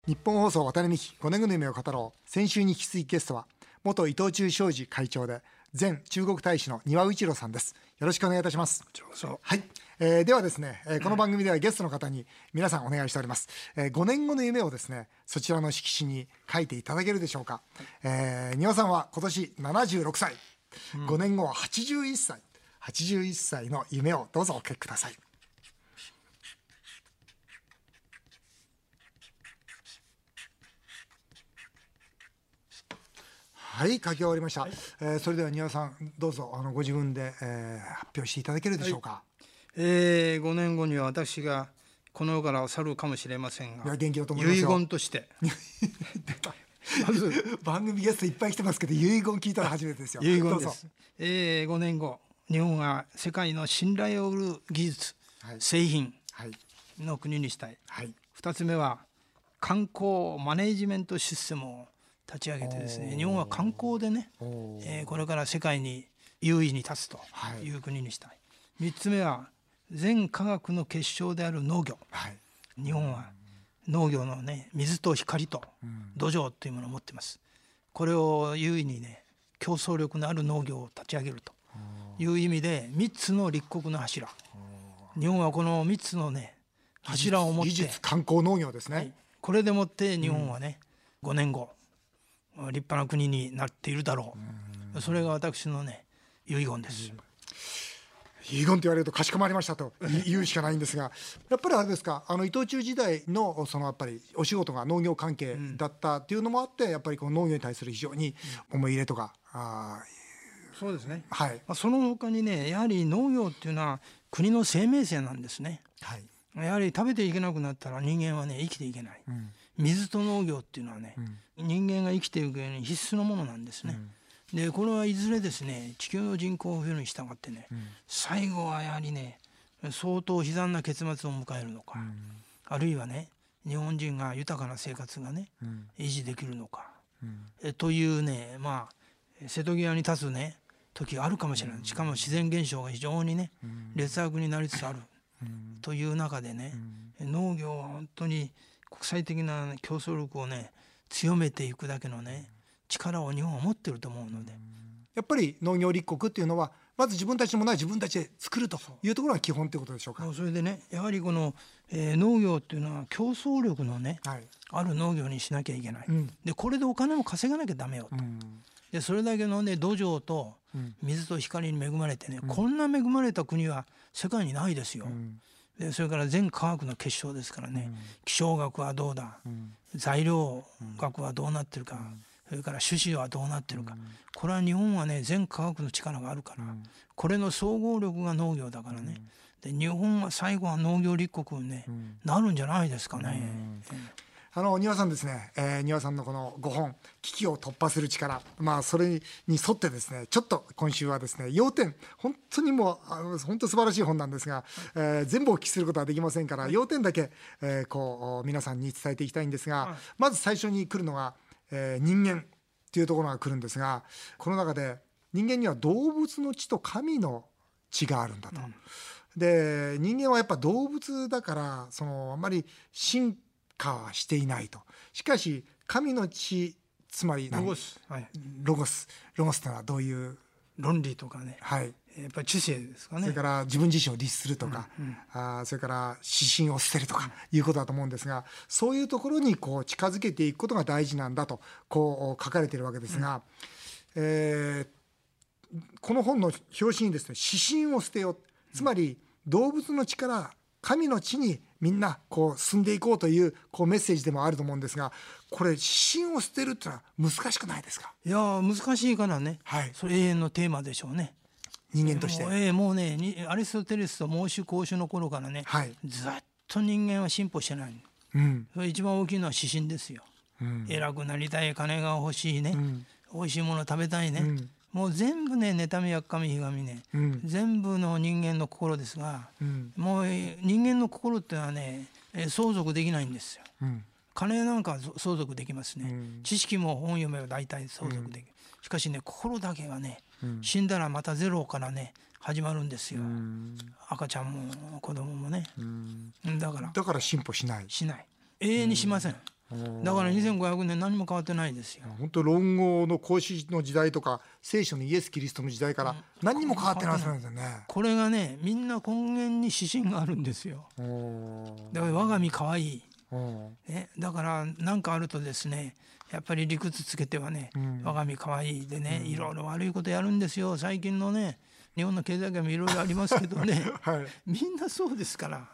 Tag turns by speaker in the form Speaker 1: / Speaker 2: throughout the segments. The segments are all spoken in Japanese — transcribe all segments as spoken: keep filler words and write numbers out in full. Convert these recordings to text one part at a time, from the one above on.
Speaker 1: 日本放送渡辺美希ごねんごの夢を語ろう。先週に引き続きゲストは元伊藤忠商事会長で前中国大使の丹羽一郎さんです。よろしくお願いいたします。はい、えー、ではですね、えー、この番組ではゲストの方に皆さんお願いしております、えー、ごねんごの夢をですねそちらの色紙に書いていただけるでしょうか。えー、丹羽さんは今年ななじゅうろくさい、うん、ごねんごははちじゅういっさいはちじゅういっさいの夢をどうぞお書きください。はい、書き終わりました、はい。えー、それでは丹羽さんどうぞあのご自分で、えー、発表していただけるでしょうか。はい、
Speaker 2: えー、ごねんごには私がこの世から去るかもしれませんが、
Speaker 1: いや元気だと思いますよ。
Speaker 2: 遺言として
Speaker 1: まず番組ゲストいっぱい来てますけど遺言聞いたら初めてですよ。
Speaker 2: 遺言です。えー、ごねんご日本は世界の信頼を得る技術、はい、製品の国にしたい、はい、ふたつめは観光マネジメントシステムを立ち上げてですね、日本は観光でね、えー、これから世界に優位に立つという国にしたい、はい、みっつめは全科学の結晶である農業、はい、日本は農業のね水と光と土壌というものを持っています。これを優位にね競争力のある農業を立ち上げるという意味でみっつの立国の柱、日本はこのみっつのね柱を持って
Speaker 1: 技術観光農業ですね、はい、
Speaker 2: これでもって日本はね、うん、ごねんご立派な国になっているだろう。それが私のね遺言です。
Speaker 1: 遺言と言われるとかしこまりましたと言うしかないんですが、やっぱりあれですか、あの伊藤忠時代のそのやっぱりお仕事が農業関係だったっていうのもあって、やっぱりこの農業に対する非常に思い入れとか、うん、あ
Speaker 2: そうですね、
Speaker 1: はい、
Speaker 2: まあ、その他にねやはり農業っていうのは国の生命線なんですね、はい、やはり食べていけなくなったら人間はね生きていけない、うん、水と農業っていうのはね、うん、人間が生きていくように必須のものなんですね、うん、でこれはいずれですね地球の人口増えるに従ってね、うん、最後はやはりね相当悲惨な結末を迎えるのか、うん、あるいはね日本人が豊かな生活がね、うん、維持できるのか、うん、えというねまあ瀬戸際に立つね時があるかもしれない、うん、しかも自然現象が非常にね、うん、劣悪になりつつある、うん、という中でね、うん、農業は本当に国際的な競争力をね強めていくだけのね力を日本は持っていると思うので、
Speaker 1: やっぱり農業立国っていうのはまず自分たちのものは自分たちで作るというところが基本ということでしょうか。
Speaker 2: それでねやはりこの、えー、農業っていうのは競争力のね、はい、ある農業にしなきゃいけない、うん、でこれでお金も稼がなきゃダメよと、うん、でそれだけのね土壌と水と光に恵まれてね、うん、こんな恵まれた国は世界にないですよ、うん、でそれから全科学の結晶ですからね、うん、気象学はどうだ、うん、材料学はどうなってるか、うん、それから種子はどうなってるか、うん、これは日本はね全科学の力があるから、うん、これの総合力が農業だからね、うん、で日本は最後は農業立国に、ねうん、なるんじゃないですかね、うんうん
Speaker 1: あの丹羽さんですね、えー、丹羽さんのこのごほん危機を突破する力、まあそれに沿ってですねちょっと今週はですね要点本当にもうあの本当素晴らしい本なんですが、えー、全部お聞きすることはできませんから要点だけ、えー、こう皆さんに伝えていきたいんですが、まず最初に来るのが、えー、人間というところが来るんですが、この中で人間には動物の知と神の知があるんだと、うん、で人間はやっぱ動物だからそのあんまり進化していないと。しかし神の知つまり
Speaker 2: ロゴス、はい、
Speaker 1: ロゴスロゴスというのはどういう
Speaker 2: 論理とかね、
Speaker 1: はい、
Speaker 2: やっぱり知性ですかね。
Speaker 1: それから自分自身を律するとか、うんうん、あそれから指針を捨てるとかいうことだと思うんですが、そういうところにこう近づけていくことが大事なんだとこう書かれているわけですが、うん、えー、この本の表紙にですね指針を捨てよ、つまり動物の知から神の知にみんなこう進んでいこうという、こうメッセージでもあると思うんですが、これ指針を捨てるってのは難しくないですか。
Speaker 2: いや難しいからね、はい、それ永遠のテーマでしょうね
Speaker 1: 人間として。
Speaker 2: もう,、えー、もうねアリストテレスと孟子孔子の頃からね、はい、ずっと人間は進歩してない、うん、それ一番大きいのは指針ですよ、うん、偉くなりたい、金が欲しいね、うん、美味しいもの食べたいね、うん、もう全部ね妬みやっかみひがみね、うん、全部の人間の心ですが、うん、もう人間の心ってのはね相続できないんですよ、うん、金なんか相続できますね、うん、知識も本読めば大体相続できる、うん、しかしね心だけはね、うん、死んだらまたゼロからね始まるんですよ、うん、赤ちゃんも子供もね、うん、だから
Speaker 1: だから進歩しない
Speaker 2: しない永遠にしません、 だからにせんごひゃくねん何も変わってないですよ。
Speaker 1: 本当論語の孔子の時代とか聖書のイエス・キリストの時代から何にも変わってないですよね。
Speaker 2: これがねみんな根源に指針があるんですよ。だから我が身可愛い、ね、だから何かあるとですねやっぱり理屈つけてはね、うん、我が身可愛いでね、うん、いろいろ悪いことやるんですよ。最近のね日本の経済界もいろいろありますけどね、はい、みんなそうですから、うん、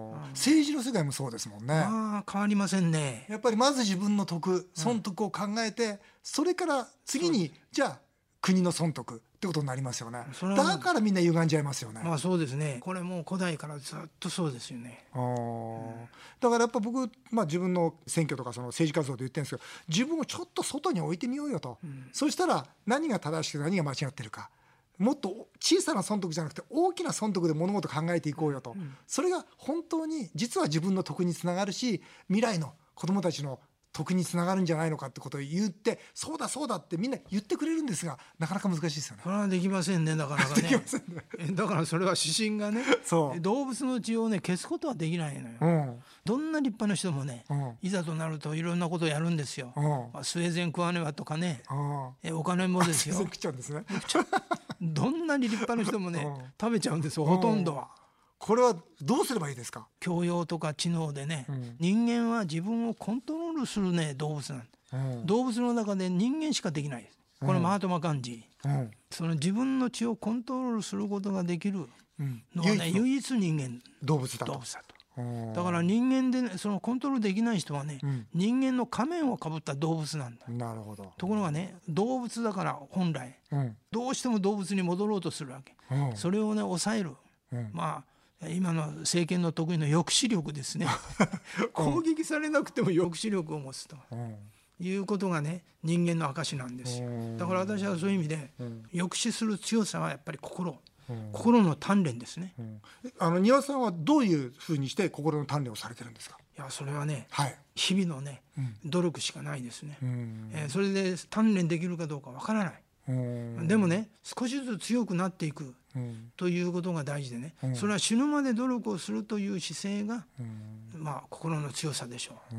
Speaker 1: 政治の世界もそうですもんね。
Speaker 2: まあ変わりませんね。
Speaker 1: やっぱりまず自分の徳損得を考えて、うん、それから次にじゃあ国の損得ってことになりますよね。だからみんな歪んじゃいますよね。
Speaker 2: まあそうですね。これもう古代からずっとそうですよね。あ、うん、
Speaker 1: だからやっぱ僕、まあ、自分の選挙とかその政治活動で言ってるんですけど自分をちょっと外に置いてみようよと、うん、そしたら何が正しくて何が間違ってるかもっと小さな損得じゃなくて大きな損得で物事を考えていこうよと、うん、それが本当に実は自分の得につながるし未来の子どもたちの得につながるんじゃないのかってことを言ってそうだそうだってみんな言ってくれるんですがなかなか難しいですよね。
Speaker 2: それはできませんね。なかなかねできませんね。だからそれは指針がねそう動物の血をね消すことはできないのよ、うん、どんな立派な人もね、うん、いざとなるといろんなことをやるんですよ、うん、スウェーデン食わねばとかね、うん、えお金もですよ
Speaker 1: 食っちゃうんですね
Speaker 2: どんなに立派な人もね、うん、食べちゃうんですよほとんどは。
Speaker 1: これはどうすればいいですか。
Speaker 2: 教養とか知能でね、うん、人間は自分をコントロールするね動物なん、うん、動物の中で人間しかできないです。これマハトマガンジー、うん、その自分の血をコントロールすることができるのはね、うん、唯一人間
Speaker 1: 動物だと。
Speaker 2: 動物だと。だから人間で、ね、そのコントロールできない人はね、うん、人間の仮面をかぶった動物なんだ。
Speaker 1: なるほど。
Speaker 2: ところがね動物だから本来、うん、どうしても動物に戻ろうとするわけ、うん、それをね抑える、うん、まあ今の政権の得意の抑止力ですね攻撃されなくても抑止力を持つと、うん、いうことがね人間の証なんですよ。だから私はそういう意味で、うん、抑止する強さはやっぱり心、うん、心の鍛錬ですね、うん、
Speaker 1: あの庭さんはどういうふうにして心の鍛錬をされてるんですか。
Speaker 2: いやそれはね、
Speaker 1: はい、
Speaker 2: 日々のね、うん、努力しかないですね、うんえー、それで鍛錬できるかどうかわからない。でもね少しずつ強くなっていくということが大事でね、うん、それは死ぬまで努力をするという姿勢が、うん、まあ心の強さでしょう。うん、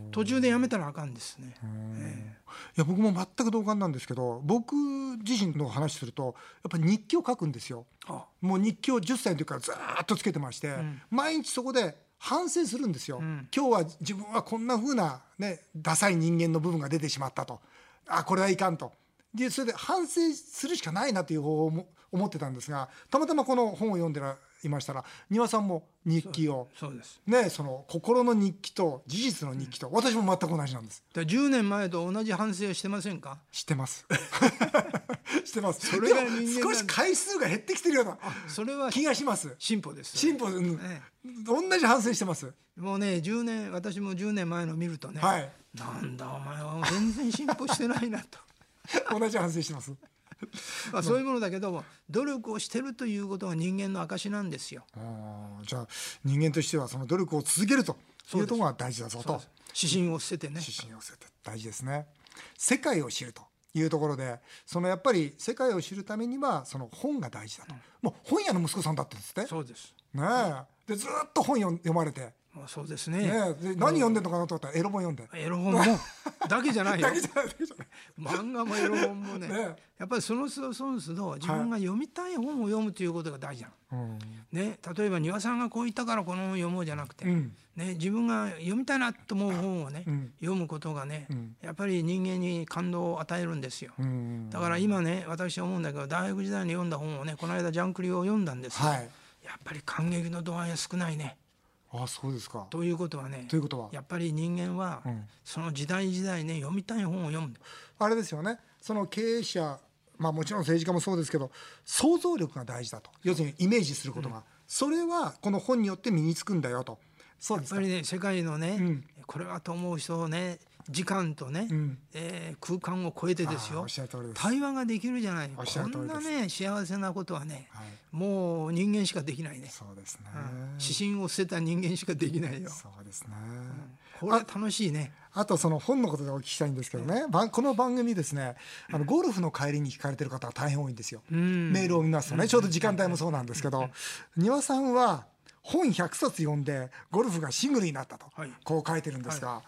Speaker 2: 途中でやめたらあかんですね。え
Speaker 1: ー、いや僕も全く同感なんですけど僕自身の話するとやっぱり日記を書くんですよ。あもう日記をじゅっさいの時からずっとつけてまして、うん、毎日そこで反省するんですよ、うん、今日は自分はこんな風な、ね、ダサい人間の部分が出てしまったとあこれはいかんとでそれで反省するしかないなという方法も思ってたんですがたまたまこの本を読んでいましたら庭さんも日記を
Speaker 2: そうです、
Speaker 1: ね、その心の日記と事実の日記と、うん、私も全く同じなんです。
Speaker 2: じゅうねんまえと同じ反省をしてませんか。
Speaker 1: してますしてます。それが人間でも少し回数が減ってきてるようなそれは気がします。
Speaker 2: 進歩です。
Speaker 1: 進歩、うんね、同じ反省してます。
Speaker 2: もうねじゅうねん私もじゅうねんまえの見るとね、はい、なんだお前は全然進歩してないなと
Speaker 1: 同じ反省してます
Speaker 2: まあそういうものだけども努力をしてるということが人間の証なんですよ。
Speaker 1: あじゃあ人間としてはその努力を続けるというところが大事だぞと。
Speaker 2: 指針を捨ててね。
Speaker 1: 指針を捨てて大事ですね。世界を知るというところでそのやっぱり世界を知るためにはその本が大事だと、うん、もう本屋の息子さんだったんですね。
Speaker 2: そうです
Speaker 1: ねえでずっと本読まれて
Speaker 2: そうですね。
Speaker 1: ねで何読んでんのかなと思ったらエロ本読んで
Speaker 2: エロ本もだけじゃないよ
Speaker 1: だけじゃないだけじゃない
Speaker 2: 漫画もエロ本も ね, ねやっぱりその都度その都度自分が読みたい本を読むということが大事なの、はいね、例えば庭さんがこう言ったからこの本を読もうじゃなくて、うんね、自分が読みたいなと思う本をね、うん、読むことがね、うん、やっぱり人間に感動を与えるんですよ、うん、だから今ね私は思うんだけど大学時代に読んだ本をねこの間ジャンクリを読んだんですよ、はい、やっぱり感激の度合いは少ないね。
Speaker 1: あそうですか。
Speaker 2: ということはね
Speaker 1: ということは
Speaker 2: やっぱり人間は、うん、その時代時代ね読みたい本を読む。
Speaker 1: あれですよねその経営者、まあ、もちろん政治家もそうですけど想像力が大事だと要するにイメージすることが、うん、それはこの本によって身につくんだよと。そうですか。
Speaker 2: やっぱりね世界のね、うん、これはと思う人をね時間とね、うんえー、空間を超えてですよ対話ができるじゃない。こんなね幸せなことはね、はい、もう人間しかできないね。
Speaker 1: そうですね、
Speaker 2: うん、指針を捨てた人間しかできないよ。
Speaker 1: そうですね、
Speaker 2: うん、これ楽しいね。
Speaker 1: あ, あとその本のことでお聞きしたいんですけどね、うん、この番組ですねあのゴルフの帰りに聞かれてる方が大変多いんですよ、うん、メールを見ますとね、うん、ちょうど時間帯もそうなんですけど、うん、庭さんは本ひゃくさつ読んでゴルフがシングルになったと、はい、こう書いてるんですが、はい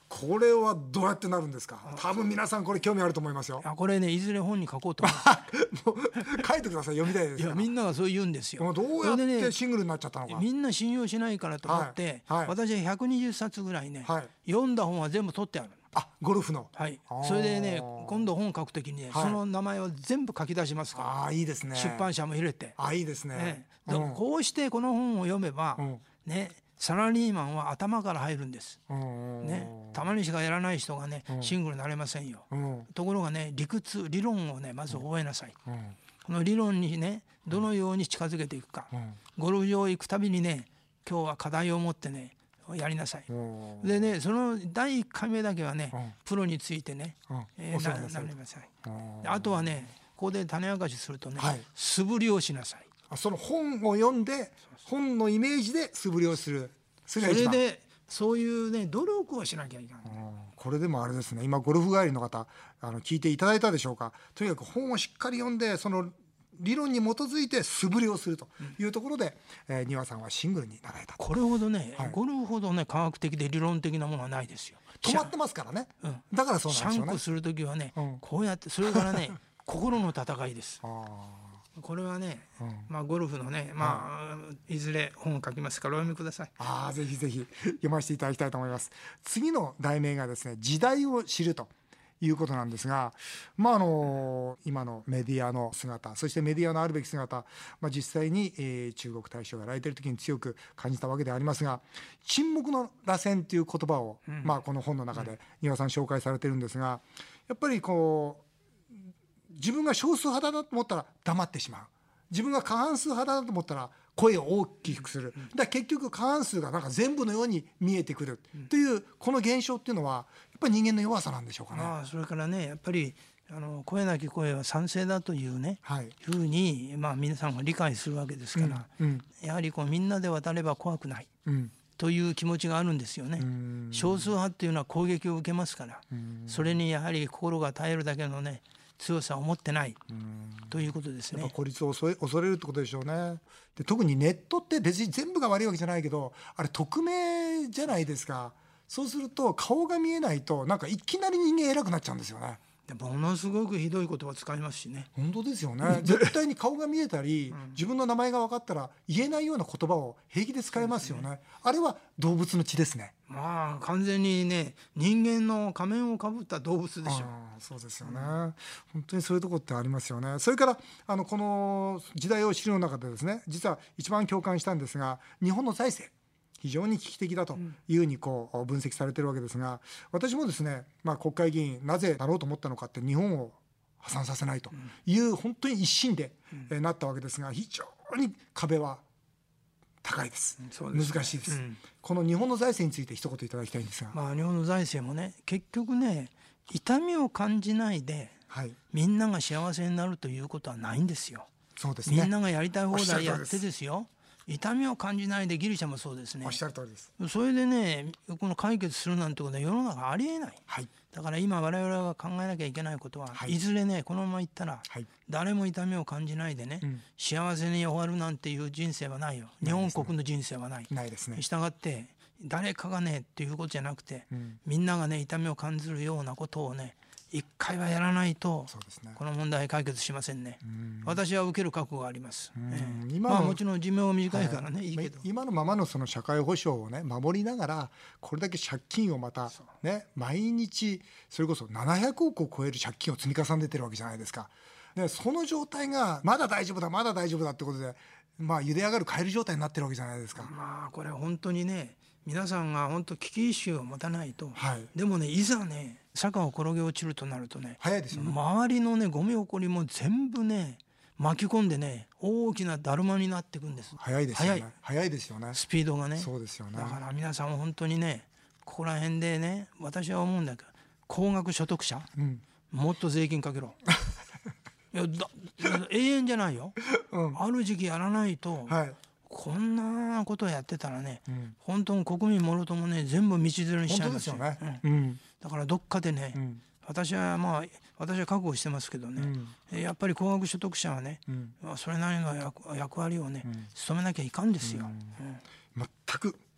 Speaker 1: これはどうやってなるんですか。多分皆さんこれ興味あると思いますよ。
Speaker 2: あこれねいずれ本に書こうと思
Speaker 1: もう書いてください、読みたいですから。
Speaker 2: いやみんながそう言うんですよ。
Speaker 1: どうやってシングルになっちゃったのか、
Speaker 2: みんな信用しないからと思って、はいはい、私はひゃくにじゅっさつぐらいね、はい、読んだ本は全部取ってある。
Speaker 1: あゴルフの、
Speaker 2: はい、それでね今度本書くときにね、はい、その名前を全部書き出しますから。
Speaker 1: あいいですね。
Speaker 2: 出版社も入れて。
Speaker 1: あいいですね、
Speaker 2: ね、うん、こうしてこの本を読めば、うん、ねサラリーマンは頭から入るんです、ね、たまにしかやらない人がねシングルになれませんよ。ところがね理屈理論をねまず覚えなさい。この理論にねどのように近づけていくか。ゴルフ場行くたびにね今日は課題を持ってねやりなさい。でねそのだいいっかいめだけはねプロについてねえなりなさい。あとはねここで種明かしするとね素振りをしなさい。
Speaker 1: その本を読んで本のイメージで素振りをする。
Speaker 2: それでそういうね努力をしなきゃいけない。
Speaker 1: これでもあれですね、今ゴルフ帰りの方あの聞いていただいたでしょうか。とにかく本をしっかり読んでその理論に基づいて素振りをするというところで、うんえー、庭さんはシングルになられた。
Speaker 2: これほどね、はい、ゴルフほどね科学的で理論的なものはないですよ。
Speaker 1: 止まってますからね、うん、だからそうなんですよね。
Speaker 2: シャンクするときはね、うん、こうやってそれからね心の戦いです。あこれはね、うんまあ、ゴルフのね、まあうん、いずれ本を書きますからお読みください。
Speaker 1: あぜひぜひ読ませていただきたいと思います。次の題名がですね時代を知るということなんですが、まあ、あの今のメディアの姿そしてメディアのあるべき姿、まあ、実際に、えー、中国大使がやられている時に強く感じたわけでありますが、沈黙の螺旋という言葉を、うんまあ、この本の中で庭さん紹介されているんですが、やっぱりこう自分が少数派だと思ったら黙ってしまう、自分が過半数派だと思ったら声を大きくする、だから結局過半数がなんか全部のように見えてくるというこの現象っていうのはやっぱり人間の弱さなんでしょうかね。
Speaker 2: ああそれからねやっぱりあの声なき声は賛成だというね、はい、ふうに、まあ、皆さんが理解するわけですから、うんうん、やはりこうみんなで渡れば怖くない、うんという気持ちがあるんですよね。少数派っていうのは攻撃を受けますから、それにやはり心が耐えるだけのね強さを持ってないということですね。
Speaker 1: やっぱ孤立を恐れ、恐れるってことでしょうね。で特にネットって別に全部が悪いわけじゃないけどあれ匿名じゃないですか。そうすると顔が見えないとなんかいきなり人間偉くなっちゃうんですよね。
Speaker 2: ものすごくひどい言葉使いますしね。
Speaker 1: 本当ですよね。絶対に顔が見えたり、うん、自分の名前が分かったら言えないような言葉を平気で使いますよね。あれは動物の血ですね。
Speaker 2: まあ完全にね人間の仮面をかぶった動物でしょう。
Speaker 1: あそうですよね、うん、本当にそういうところってありますよね。それからあのこの時代を知るの中でですね実は一番共感したんですが日本の財政非常に危機的だというふうにこう分析されているわけですが、私もですね、まあ、国会議員なぜなろうと思ったのかって日本を破産させないという本当に一心でなったわけですが非常に壁は高いです。そうですね、難しいです、うん、この日本の財政について一言いただきたいんですが、
Speaker 2: まあ、日本の財政もね結局ね痛みを感じないで、はい、みんなが幸せになるということはないんですよ。
Speaker 1: そうですね、
Speaker 2: みんながやりたい放題やってですよ痛みを感じないでギリシャもそうですね。
Speaker 1: おっしゃる通りです。
Speaker 2: それでねこの解決するなんてことは世の中ありえない、はい、だから今我々が考えなきゃいけないことは、はい、いずれねこのままいったら、はい、誰も痛みを感じないでね、うん、幸せに終わるなんていう人生はないよ。日本国の人生はない。
Speaker 1: ないですね。
Speaker 2: したがって誰かがねっていうことじゃなくて、うん、みんながね痛みを感じるようなことをね一回はやらないと、ね、この問題解決しませんね。ん私は受ける覚悟があります。ええ、今まあもちろん寿命は短いからね、はい、いいけど
Speaker 1: 今のままのその社会保障をね守りながらこれだけ借金をまたね毎日それこそななひゃくおくを超える借金を積み重ねてるわけじゃないですか。でその状態がまだ大丈夫だまだ大丈夫だってことでまあ茹で上がるカエル状態になってるわけじゃないですか。
Speaker 2: まあこれ本当にね皆さんが本当危機意識を持たないと、はい、でもねいざね坂を転げ落ちるとなるとね
Speaker 1: 早いですよね。
Speaker 2: 周りのねゴミ起こりも全部ね巻き込んでね大きなだるまになっていくんです。
Speaker 1: 早いですよね。早い、早いですよね。
Speaker 2: スピードがね。
Speaker 1: そうですよね。
Speaker 2: だから皆さん本当にねここら辺でね私は思うんだけど高額所得者、うん、もっと税金かけろいやだ永遠じゃないよ、うん、ある時期やらないと、はい、こんなことをやってたらね、うん、本当に国民もろともね全部道連れにしちゃいますよ。
Speaker 1: 本当ですよね、うんうん、
Speaker 2: だからどっかでね、うん、私はまあ私は覚悟してますけどね、うん、やっぱり高額所得者はね、うん、それなりの 役, 役割をね、うん、務めなきゃいかんですよ、
Speaker 1: うんうん、全く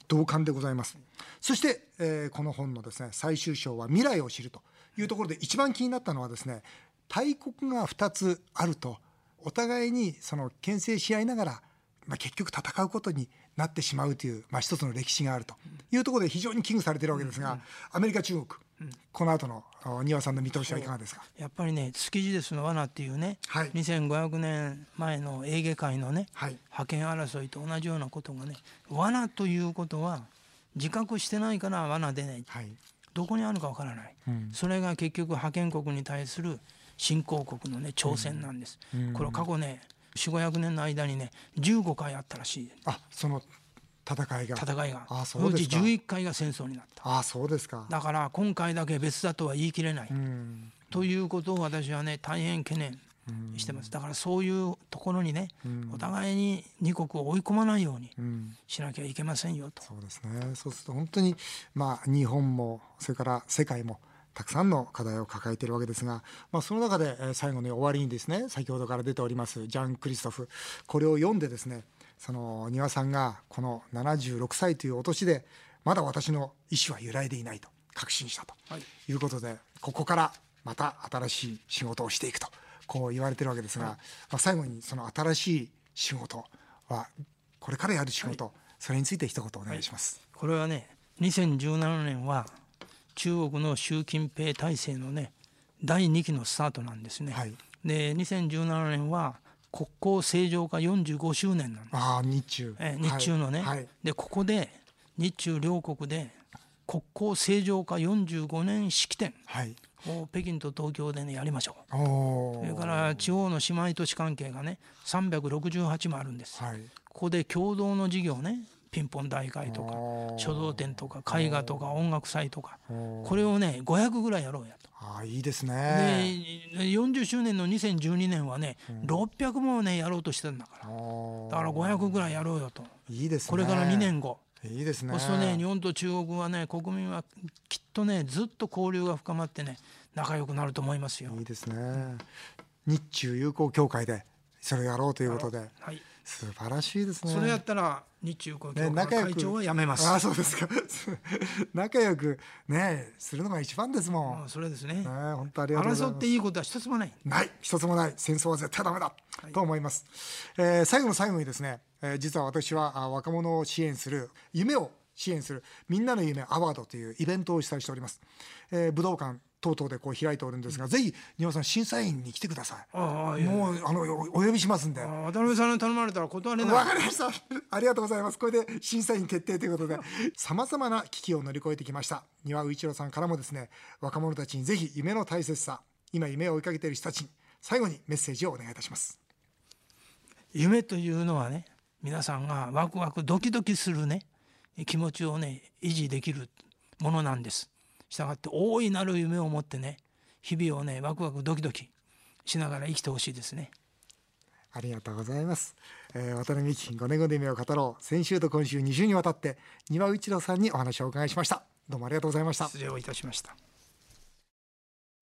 Speaker 1: 同感でございます。そして、えーこの本のですね最終章は未来を知るというところで一番気になったのはですね、大国がふたつあるとお互いにその牽制し合いながら、まあ、結局戦うことになってしまうという、まあ、一つの歴史があるというところで非常に危惧されているわけですが、アメリカ中国、この後の丹羽さんの見通しはいかがですか。
Speaker 2: やっぱりね築地ですの罠っていうね、
Speaker 1: はい、
Speaker 2: にせんごひゃくねんまえのエーゲ海のね、
Speaker 1: はい、
Speaker 2: 覇権争いと同じようなことがね、罠ということは自覚してないから罠出ない、
Speaker 1: はい、
Speaker 2: どこにあるかわからない、うん、それが結局覇権国に対する新興国のね挑戦なんです、うん、これ過去ねよんひゃくごひゃくねんの間にねじゅうごかいあったらしい。
Speaker 1: あ、その戦いが
Speaker 2: 戦いが
Speaker 1: あ、そうですか。
Speaker 2: じゅういっかいが戦争になった。
Speaker 1: あ、そうですか。
Speaker 2: だから今回だけ別だとは言い切れない、うん、ということを私はね大変懸念してます。だからそういうところにね、うん、お互いにに国を追い込まないようにしなきゃいけませんよと、
Speaker 1: うん、そうですね。そうすると本当に、まあ、日本もそれから世界もたくさんの課題を抱えているわけですが、まあ、その中で最後に終わりにですね、先ほどから出ておりますジャン・クリストフ、これを読んでですね、その丹羽さんがこのななじゅうろくさいというお年でまだ私の意志は揺らいでいないと確信したということで、はい、ここからまた新しい仕事をしていくとこう言われているわけですが、はい、まあ、最後にその新しい仕事はこれからやる仕事、はい、それについて一言お願いします。
Speaker 2: はい、これはねにせんじゅうななねんは中国の習近平体制のねだいにきのスタートなんですね、はい、でにせんじゅうななねんは国交正常化よんじゅうごしゅうねんなんです。
Speaker 1: あ、日中、
Speaker 2: え日中のね、はい、でここで日中両国で国交正常化よんじゅうごねん式典を北京と東京でねやりましょう。それから地方の姉妹都市関係がねさんびゃくろくじゅうはちもあるんです、はい、ここで共同の事業ね、ピンポン大会とか書道展とか絵画とか音楽祭とか、これをねごひゃくぐらいやろうやと。
Speaker 1: あ、いいですね。
Speaker 2: でよんじゅっしゅうねんのにせんじゅうにねんはね、うん、ろっぴゃくもねやろうとしてるんだから、だからごひゃくぐらいやろうよと。
Speaker 1: いいですね。
Speaker 2: これからにねんご、
Speaker 1: いいですね。
Speaker 2: そうするとね日本と中国はね国民はきっとねずっと交流が深まってね仲良くなると思いますよ。
Speaker 1: いいですね。日中友好協会でそれをやろうということで、はい、素晴らしいですね。
Speaker 2: それやったら日中友好協会の会長は辞めます、
Speaker 1: ね、あ、そうですか。仲良くねするのが一番ですもん。
Speaker 2: あ、それですね。
Speaker 1: ね、本当ありがとうございます。
Speaker 2: 争っていいことは一つもない
Speaker 1: ない一つもない。戦争は絶対ダメだ、はい、と思います、えー、最後の最後にですね、えー、実は私は若者を支援する夢を支援するみんなの夢アワードというイベントを主催しております、えー、武道館等々でこう開いておるんですが、うん、ぜひ丹羽さん審査員に来てください。ああ、いやいや、もうあの お, お呼びしますんで。
Speaker 2: 渡辺さんに頼まれたら断れない。
Speaker 1: わかりました。ありがとうございます。これで審査員決定ということでさまざまな危機を乗り越えてきました丹羽宇一郎さんからもですね、若者たちにぜひ夢の大切さ、今夢を追いかけている人たちに最後にメッセージをお願いいたします。
Speaker 2: 夢というのはね、皆さんがワクワクドキドキするね気持ちをね維持できるものなんです。したがって大いなる夢を持ってね日々をねワクワクドキドキしながら生きてほしいですね。
Speaker 1: ありがとうございます、えー、渡辺美希ごねんごの夢を語ろう、先週と今週に週にわたって丹羽宇一郎さんにお話をお伺いしました。どうもありがとうございました。
Speaker 2: 失礼をいたしました。